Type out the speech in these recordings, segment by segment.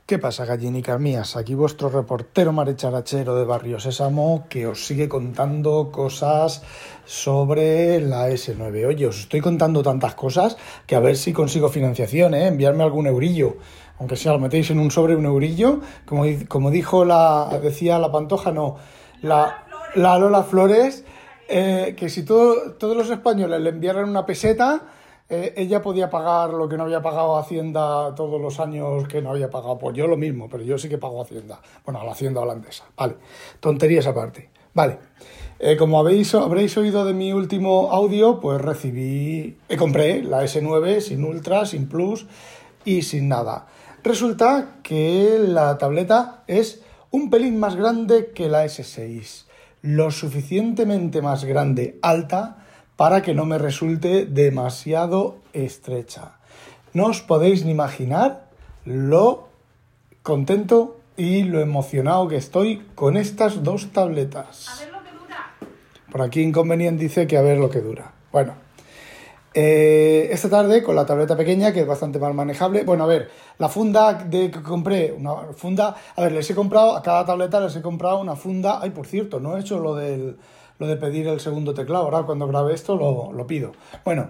¿Qué pasa, gallinicas mías? Aquí vuestro reportero maricharachero de Barrio Sésamo que os sigue contando cosas sobre la S9. Oye, os estoy contando tantas cosas que a ver si consigo financiación, enviarme algún eurillo. Aunque sea, lo metéis en un sobre un eurillo, como decía la Pantoja, no, la Lola Flores, que si todos los españoles le enviaran una peseta, ella podía pagar lo que no había pagado Hacienda todos los años que no había pagado. Pues yo lo mismo, pero yo sí que pago Hacienda. Bueno, a la Hacienda holandesa. Vale, tonterías aparte. Vale, como habréis oído de mi último audio, pues compré la S9 sin Ultra, sin Plus y sin nada. Resulta que la tableta es un pelín más grande que la S6. Lo suficientemente más grande, alta, para que no me resulte demasiado estrecha. No os podéis ni imaginar lo contento y lo emocionado que estoy con estas dos tabletas. A ver lo que dura. Por aquí Inconvenient dice que a ver lo que dura. Bueno, esta tarde con la tableta pequeña, que es bastante más manejable. Bueno, a ver, la funda que compré, una funda... A ver, a cada tableta les he comprado una funda... Ay, por cierto, no he hecho lo de pedir el segundo teclado. Ahora cuando grabe esto lo pido. Bueno,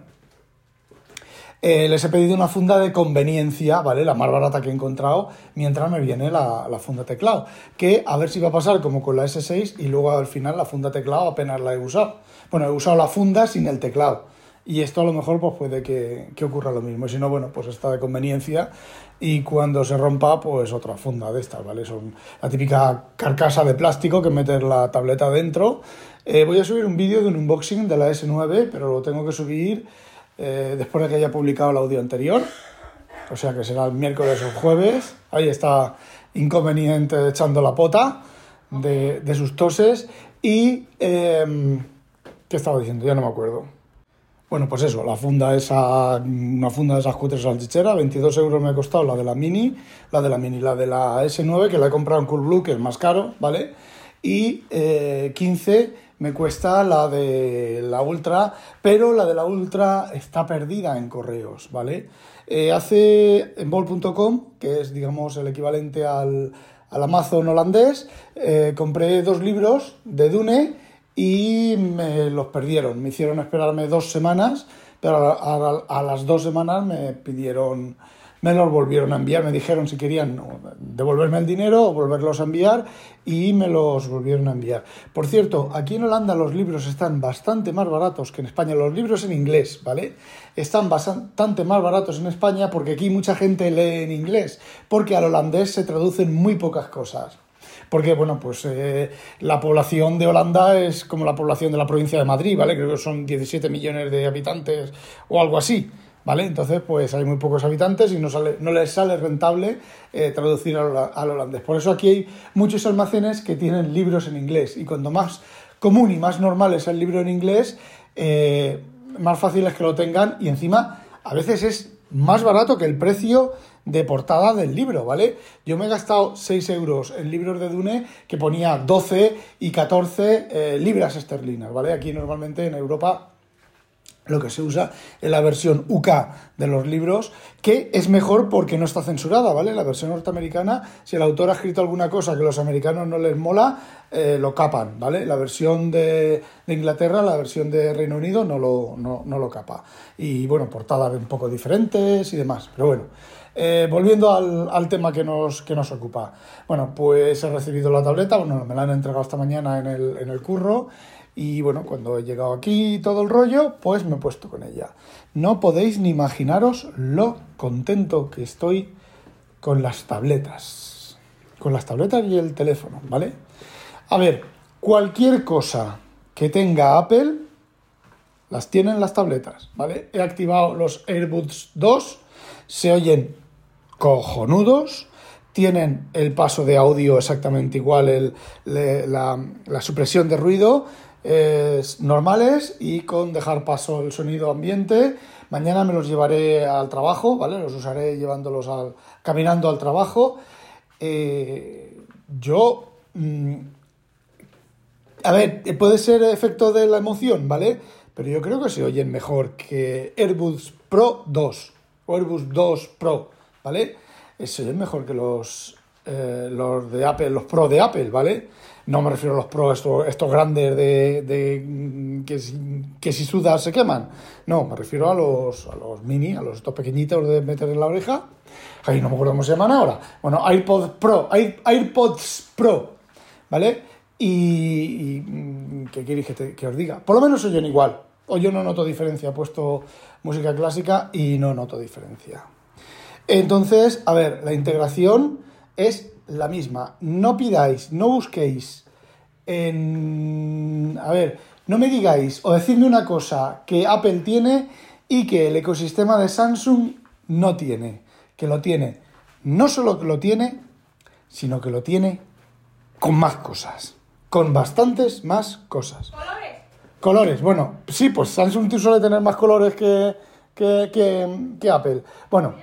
les he pedido una funda de conveniencia, ¿vale? La más barata que he encontrado, mientras me viene la funda teclado. Que a ver si va a pasar como con la S6 y luego al final la funda teclado apenas la he usado. Bueno, he usado la funda sin el teclado. Y esto a lo mejor pues puede que ocurra lo mismo. Y si no, bueno, pues esta de conveniencia. Y cuando se rompa, pues otra funda de estas, ¿vale? Son la típica carcasa de plástico que metes la tableta dentro. Voy a subir un vídeo de un unboxing de la S9, pero lo tengo que subir después de que haya publicado el audio anterior. O sea que será el miércoles o el jueves. Ahí está Inconveniente echando la pota de sus toses. Y... ¿qué estaba diciendo? Ya no me acuerdo. Bueno, pues eso, una funda de esas cutres salchicheras, 22 euros me ha costado la de la la S9, que la he comprado en Coolblue, que es más caro, ¿vale? Y 15 me cuesta la de la Ultra, pero la de la Ultra está perdida en correos, ¿vale? En bol.com, que es, digamos, el equivalente al Amazon holandés, compré 2 libros de Dune, y me los perdieron. Me hicieron esperarme 2 semanas, pero a las 2 semanas me los volvieron a enviar. Me dijeron si querían devolverme el dinero o volverlos a enviar y me los volvieron a enviar. Por cierto, aquí en Holanda los libros están bastante más baratos que en España. Los libros en inglés, ¿vale? Están bastante más baratos en España porque aquí mucha gente lee en inglés, porque al holandés se traducen muy pocas cosas. Porque, bueno, pues la población de Holanda es como la población de la provincia de Madrid, ¿vale? Creo que son 17 millones de habitantes o algo así, ¿vale? Entonces, pues hay muy pocos habitantes y no les sale rentable traducir al holandés. Por eso aquí hay muchos almacenes que tienen libros en inglés. Y cuanto más común y más normal es el libro en inglés, más fácil es que lo tengan. Y encima, a veces es más barato que el precio de portada del libro, ¿vale? Yo me he gastado 6 euros en libros de Dune que ponía 12 y 14 libras esterlinas, ¿vale? Aquí normalmente en Europa lo que se usa es la versión UK de los libros, que es mejor porque no está censurada, ¿vale? La versión norteamericana, si el autor ha escrito alguna cosa que a los americanos no les mola, lo capan, ¿vale? La versión de Inglaterra, la versión de Reino Unido no lo capa. Y bueno, portadas un poco diferentes y demás, pero bueno. Volviendo al tema que nos ocupa. Bueno, pues he recibido la tableta, bueno, me la han entregado esta mañana en el curro. Y bueno, cuando he llegado aquí todo el rollo, pues me he puesto con ella. No podéis ni imaginaros lo contento que estoy con las tabletas. Con las tabletas y el teléfono, ¿vale? A ver, cualquier cosa que tenga Apple, las tienen las tabletas, ¿vale? He activado los AirBuds 2, se oyen cojonudos. Tienen el paso de audio exactamente igual, la supresión de ruido normales y con dejar paso el sonido ambiente. Mañana me los llevaré al trabajo, ¿vale? Los usaré caminando al trabajo. A ver, puede ser efecto de la emoción, ¿vale? Pero yo creo que se oyen mejor que AirBuds Pro 2 o AirBuds 2 Pro, ¿vale? eso es mejor que los de Apple, los Pro de Apple, ¿vale? No me refiero a los Pro, estos grandes que si sudas se queman. No, me refiero a los mini, a los estos pequeñitos de meter en la oreja. Ay, no me acuerdo cómo se llaman ahora. Bueno, AirPods Pro, ¿vale? Y ¿qué queréis que os diga? Por lo menos oyen igual. O yo no noto diferencia. He puesto música clásica y no noto diferencia. Entonces, a ver, la integración es la misma. No pidáis, no busquéis a ver, no me digáis o decidme una cosa que Apple tiene y que el ecosistema de Samsung no tiene. Que lo tiene. No solo que lo tiene, sino que lo tiene con más cosas. Con bastantes más cosas. Colores, bueno, sí, pues Samsung suele tener más colores que Apple. Bueno.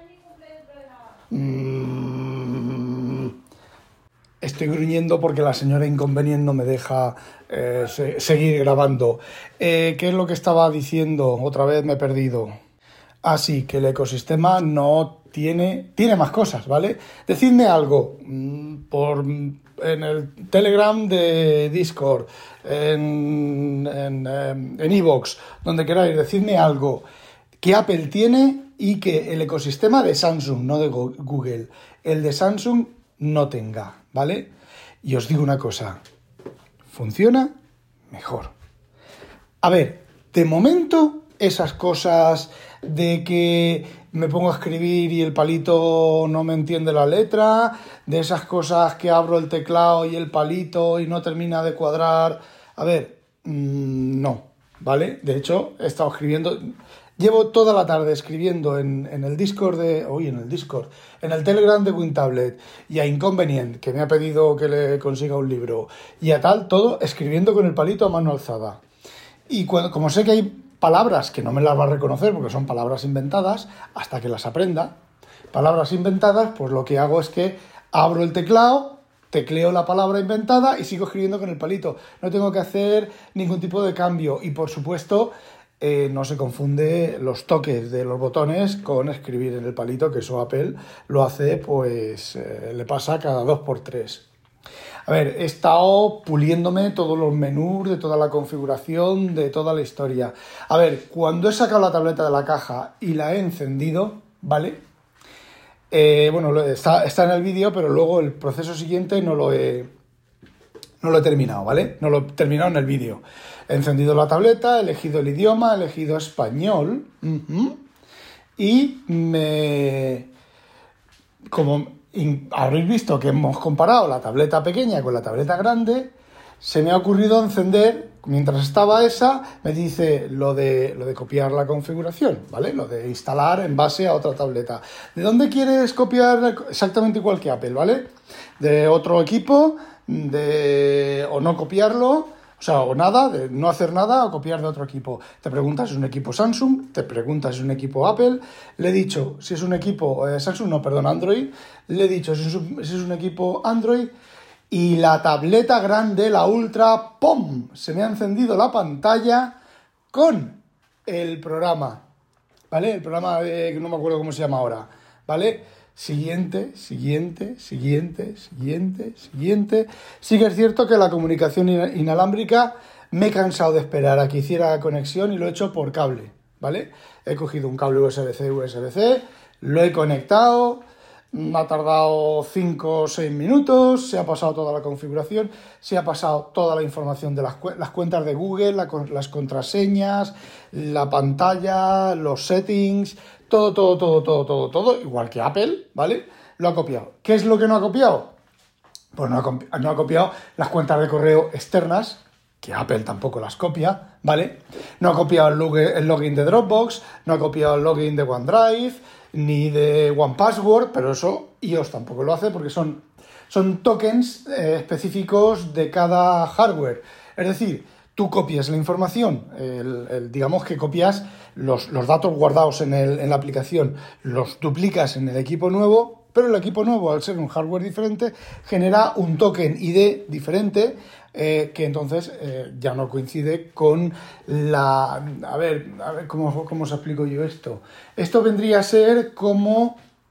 Estoy gruñendo porque la señora Inconvenient no me deja seguir grabando. ¿Qué es lo que estaba diciendo? Otra vez me he perdido. Ah, sí, que el ecosistema no tiene más cosas, ¿vale? Decidme algo en el Telegram de Discord, en iVoox, donde queráis, decidme algo que Apple tiene y que el ecosistema de Samsung, no de Google, el de Samsung no tenga, ¿vale? Y os digo una cosa, funciona mejor. A ver, de momento esas cosas de que me pongo a escribir y el palito no me entiende la letra, de esas cosas que abro el teclado y el palito y no termina de cuadrar, a ver, no, ¿vale? De hecho, he estado escribiendo... Llevo toda la tarde escribiendo en el Discord en el Telegram de WinTablet y a Inconvenient, que me ha pedido que le consiga un libro, y a tal, todo escribiendo con el palito a mano alzada. Y como sé que hay palabras que no me las va a reconocer porque son palabras inventadas, hasta que las aprenda, palabras inventadas, pues lo que hago es que abro el teclado, tecleo la palabra inventada y sigo escribiendo con el palito. No tengo que hacer ningún tipo de cambio y, por supuesto... no se confunde los toques de los botones con escribir en el palito, que eso Apple lo hace, pues le pasa cada 2x3. A ver, he estado puliéndome todos los menús de toda la configuración, de toda la historia. A ver, cuando he sacado la tableta de la caja y la he encendido, ¿vale? Bueno, está en el vídeo, pero luego el proceso siguiente no lo he terminado, ¿vale? No lo he terminado en el vídeo. He encendido la tableta, he elegido el idioma, he elegido español y como habréis visto que hemos comparado la tableta pequeña con la tableta grande, se me ha ocurrido encender, mientras estaba esa, me dice lo de copiar la configuración, ¿vale? Lo de instalar en base a otra tableta. ¿De dónde quieres copiar? Exactamente igual que Apple, ¿vale? De otro equipo, o no copiarlo, o sea, o nada, de no hacer nada o copiar de otro equipo. Te preguntas si es un equipo Samsung, te preguntas si es un equipo Apple. Le he dicho si es un equipo Android. Le he dicho si es un equipo Android. Y la tableta grande, la Ultra, ¡pum! Se me ha encendido la pantalla con el programa, ¿vale? El programa que no me acuerdo cómo se llama ahora, ¿vale? Siguiente. Sí que es cierto que la comunicación inalámbrica me he cansado de esperar a que hiciera conexión y lo he hecho por cable, ¿vale? He cogido un cable USB-C, lo he conectado, me ha tardado 5 o 6 minutos, se ha pasado toda la configuración, se ha pasado toda la información de las cuentas de Google, las contraseñas, la pantalla, los settings... Todo, igual que Apple, ¿vale? Lo ha copiado. ¿Qué es lo que no ha copiado? Pues no ha copiado las cuentas de correo externas, que Apple tampoco las copia, ¿vale? No ha copiado el login de Dropbox, no ha copiado el login de OneDrive, ni de OnePassword, pero eso iOS tampoco lo hace porque son tokens específicos de cada hardware. Es decir, tú copias la información, digamos que copias los datos guardados en la aplicación, los duplicas en el equipo nuevo, pero el equipo nuevo, al ser un hardware diferente, genera un token ID diferente que entonces ya no coincide con la... A ver, ¿cómo os explico yo esto? Esto vendría a ser como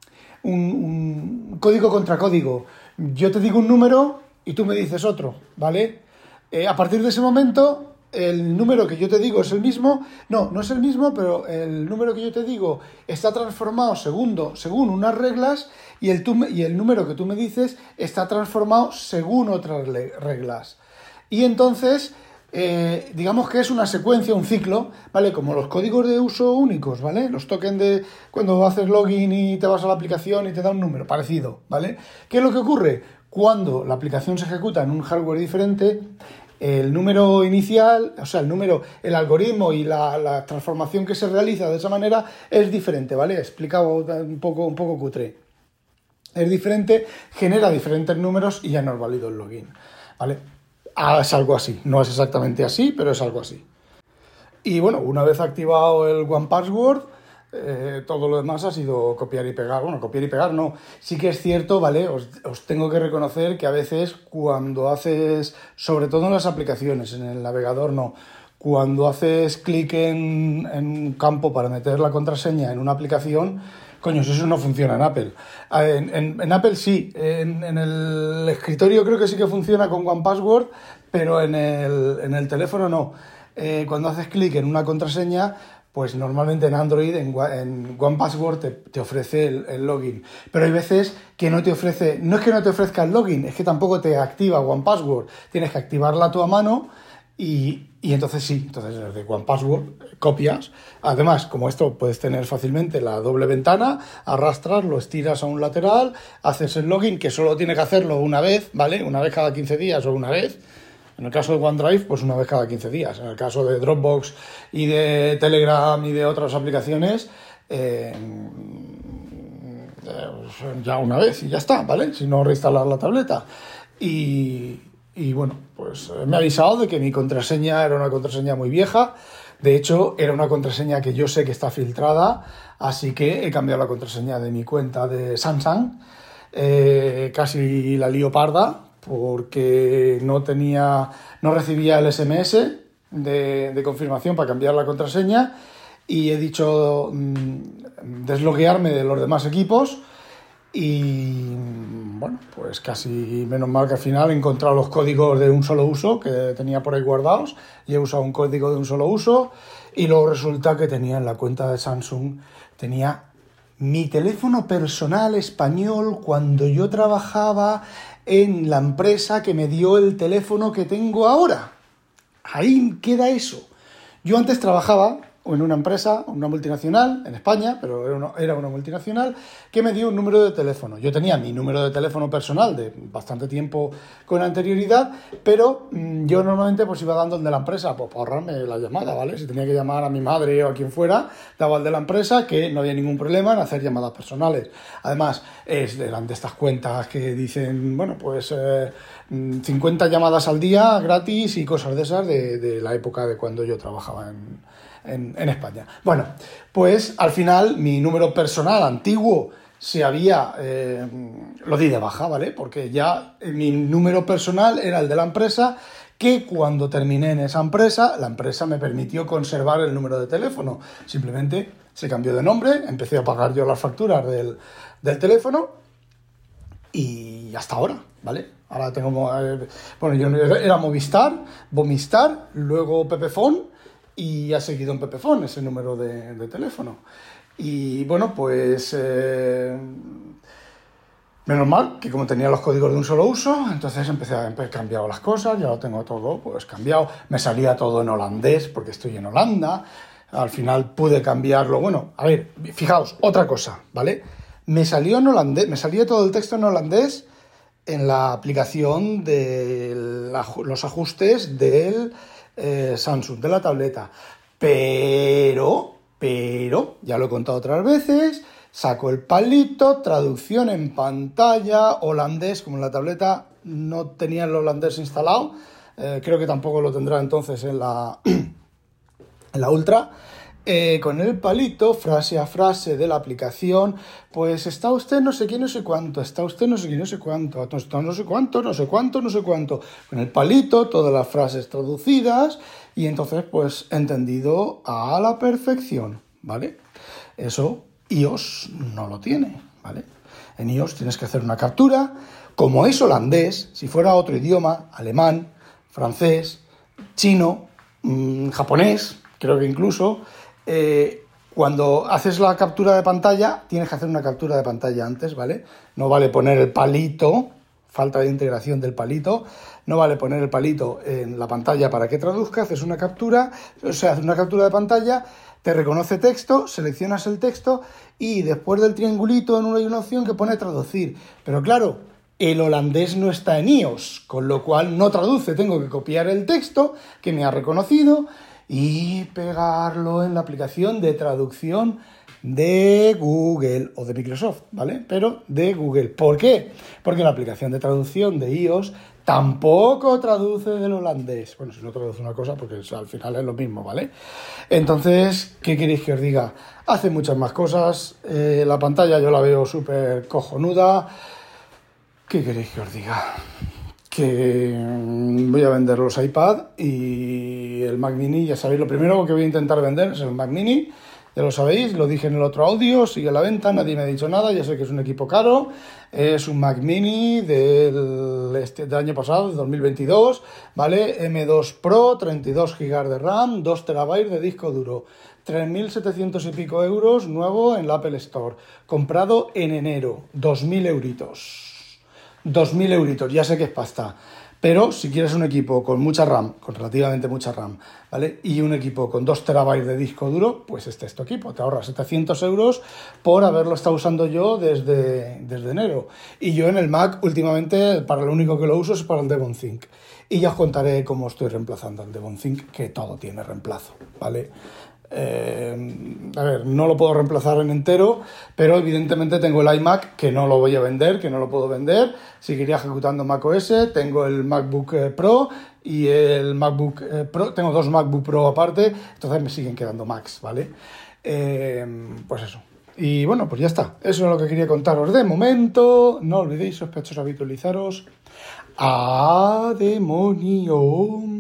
un código contra código. Yo te digo un número y tú me dices otro, ¿vale? A partir de ese momento, el número que yo te digo es el mismo. No es el mismo, pero el número que yo te digo está transformado según unas reglas y el número que tú me dices está transformado según otras reglas. Y entonces, digamos que es una secuencia, un ciclo, ¿vale? Como los códigos de uso únicos, ¿vale? Los tokens de cuando haces login y te vas a la aplicación y te da un número parecido, ¿vale? ¿Qué es lo que ocurre? Cuando la aplicación se ejecuta en un hardware diferente, el número inicial, o sea, el algoritmo y la transformación que se realiza de esa manera es diferente, ¿vale? Explicado un poco cutre. Es diferente, genera diferentes números y ya no es válido el login, ¿vale? Es algo así, no es exactamente así, pero es algo así. Y bueno, una vez activado el OnePassword, todo lo demás ha sido copiar y pegar. Bueno, copiar y pegar no. Sí que es cierto, ¿vale? Os tengo que reconocer que a veces cuando haces, sobre todo en las aplicaciones, en el navegador no, cuando haces clic en un campo para meter la contraseña en una aplicación, coño, eso no funciona en Apple. En Apple sí, en el escritorio creo que sí que funciona con OnePassword, pero en el teléfono no. Cuando haces clic en una contraseña, pues normalmente en Android, en OnePassword te ofrece el login. Pero hay veces que no te ofrece, no es que no te ofrezca el login, es que tampoco te activa OnePassword. Tienes que activarla tú a mano y entonces sí, entonces desde OnePassword copias. Además, como esto puedes tener fácilmente la doble ventana, arrastras, lo estiras a un lateral, haces el login, que solo tiene que hacerlo una vez, ¿vale? Una vez cada 15 días o una vez. En el caso de OneDrive, pues una vez cada 15 días. En el caso de Dropbox y de Telegram y de otras aplicaciones, ya una vez y ya está, ¿vale? Si no, reinstalar la tableta. Y bueno, pues me ha avisado de que mi contraseña era una contraseña muy vieja. De hecho, era una contraseña que yo sé que está filtrada, así que he cambiado la contraseña de mi cuenta de Samsung. Casi la lío parda, porque no recibía el SMS de confirmación para cambiar la contraseña y he dicho desloguearme de los demás equipos y bueno, pues casi menos mal que al final he encontrado los códigos de un solo uso que tenía por ahí guardados y he usado un código de un solo uso y luego resulta que tenía en la cuenta de Samsung, tenía mi teléfono personal español cuando yo trabajaba en la empresa que me dio el teléfono que tengo ahora. Ahí queda eso. Yo antes trabajaba en una empresa, una multinacional, en España, pero era una multinacional, que me dio un número de teléfono. Yo tenía mi número de teléfono personal de bastante tiempo con anterioridad, pero yo normalmente pues iba dando el de la empresa, pues para ahorrarme la llamada, ¿vale? Si tenía que llamar a mi madre o a quien fuera, daba el de la empresa, que no había ningún problema en hacer llamadas personales. Además, eran de estas cuentas que dicen, bueno, pues 50 llamadas al día gratis y cosas de esas de la época de cuando yo trabajaba en España. Bueno, pues al final mi número personal antiguo lo di de baja, ¿vale? Porque ya mi número personal era el de la empresa, que cuando terminé en esa empresa, la empresa me permitió conservar el número de teléfono. Simplemente se cambió de nombre, empecé a pagar yo las facturas del teléfono y hasta ahora, ¿vale? Ahora tengo, bueno, yo era Movistar, luego Pepefon, y ha seguido en Pepefon ese número de teléfono. Y bueno, pues menos mal que como tenía los códigos de un solo uso, entonces empecé a cambiar las cosas, ya lo tengo todo pues cambiado. Me salía todo en holandés porque estoy en Holanda. Al final pude cambiarlo. Bueno, a ver, fijaos, otra cosa, ¿vale? Me salió en holandés, me salía todo el texto en holandés en la aplicación de los ajustes del Samsung, de la tableta, pero, ya lo he contado otras veces, saco el palito, traducción en pantalla, holandés, como en la tableta no tenía el holandés instalado, creo que tampoco lo tendrá entonces en la Ultra, con el palito, frase a frase de la aplicación, pues está usted no sé qué, no sé cuánto, está usted no sé qué, no sé cuánto, está no sé cuánto, no sé cuánto, no sé cuánto, con el palito, todas las frases traducidas, y entonces pues entendido a la perfección, ¿vale? Eso iOS no lo tiene, ¿vale? En iOS tienes que hacer una captura. Como es holandés, si fuera otro idioma, alemán, francés, chino, japonés, creo que incluso, cuando haces la captura de pantalla, tienes que hacer una captura de pantalla antes, ¿vale? No vale poner el palito, falta de integración del palito, no vale poner el palito en la pantalla para que traduzca, haces una captura, o sea, haces una captura de pantalla, te reconoce texto, seleccionas el texto y después del triangulito hay una opción que pone traducir. Pero claro, el holandés no está en iOS, con lo cual no traduce, tengo que copiar el texto que me ha reconocido y pegarlo en la aplicación de traducción de Google o de Microsoft, ¿vale? Pero de Google. ¿Por qué? Porque la aplicación de traducción de iOS tampoco traduce del holandés. Bueno, si no traduce una cosa, porque al final es lo mismo, ¿vale? Entonces, ¿qué queréis que os diga? Hace muchas más cosas. La pantalla yo la veo súper cojonuda. ¿Qué queréis que os diga? Que voy a vender los iPad y el Mac Mini, ya sabéis, lo primero que voy a intentar vender es el Mac Mini, ya lo sabéis, lo dije en el otro audio, sigue a la venta, nadie me ha dicho nada, ya sé que es un equipo caro, es un Mac Mini del año pasado, de 2022, ¿vale? M2 Pro, 32 GB de RAM, 2 TB de disco duro, 3.700 y pico euros, nuevo en la Apple Store, comprado en enero, 2.000 euritos. 2.000 euritos, ya sé que es pasta, pero si quieres un equipo con mucha RAM, con relativamente mucha RAM, ¿vale? Y un equipo con 2 TB de disco duro, pues este es tu equipo, te ahorras 700 euros por haberlo estado usando yo desde enero. Y yo en el Mac últimamente, para lo único que lo uso es para el Devon Think. Y ya os contaré cómo estoy reemplazando el Devon Think, que todo tiene reemplazo, ¿vale? A ver, no lo puedo reemplazar en entero, pero evidentemente tengo el iMac que no lo voy a vender, que no lo puedo vender, seguiría ejecutando macOS, tengo el MacBook Pro y el MacBook Pro, tengo 2 MacBook Pro aparte, entonces me siguen quedando Macs, ¿vale? Pues eso. Y bueno, pues ya está, eso es lo que quería contaros de momento. No olvidéis, sospechosos, habitualizaros. ¡A demonio!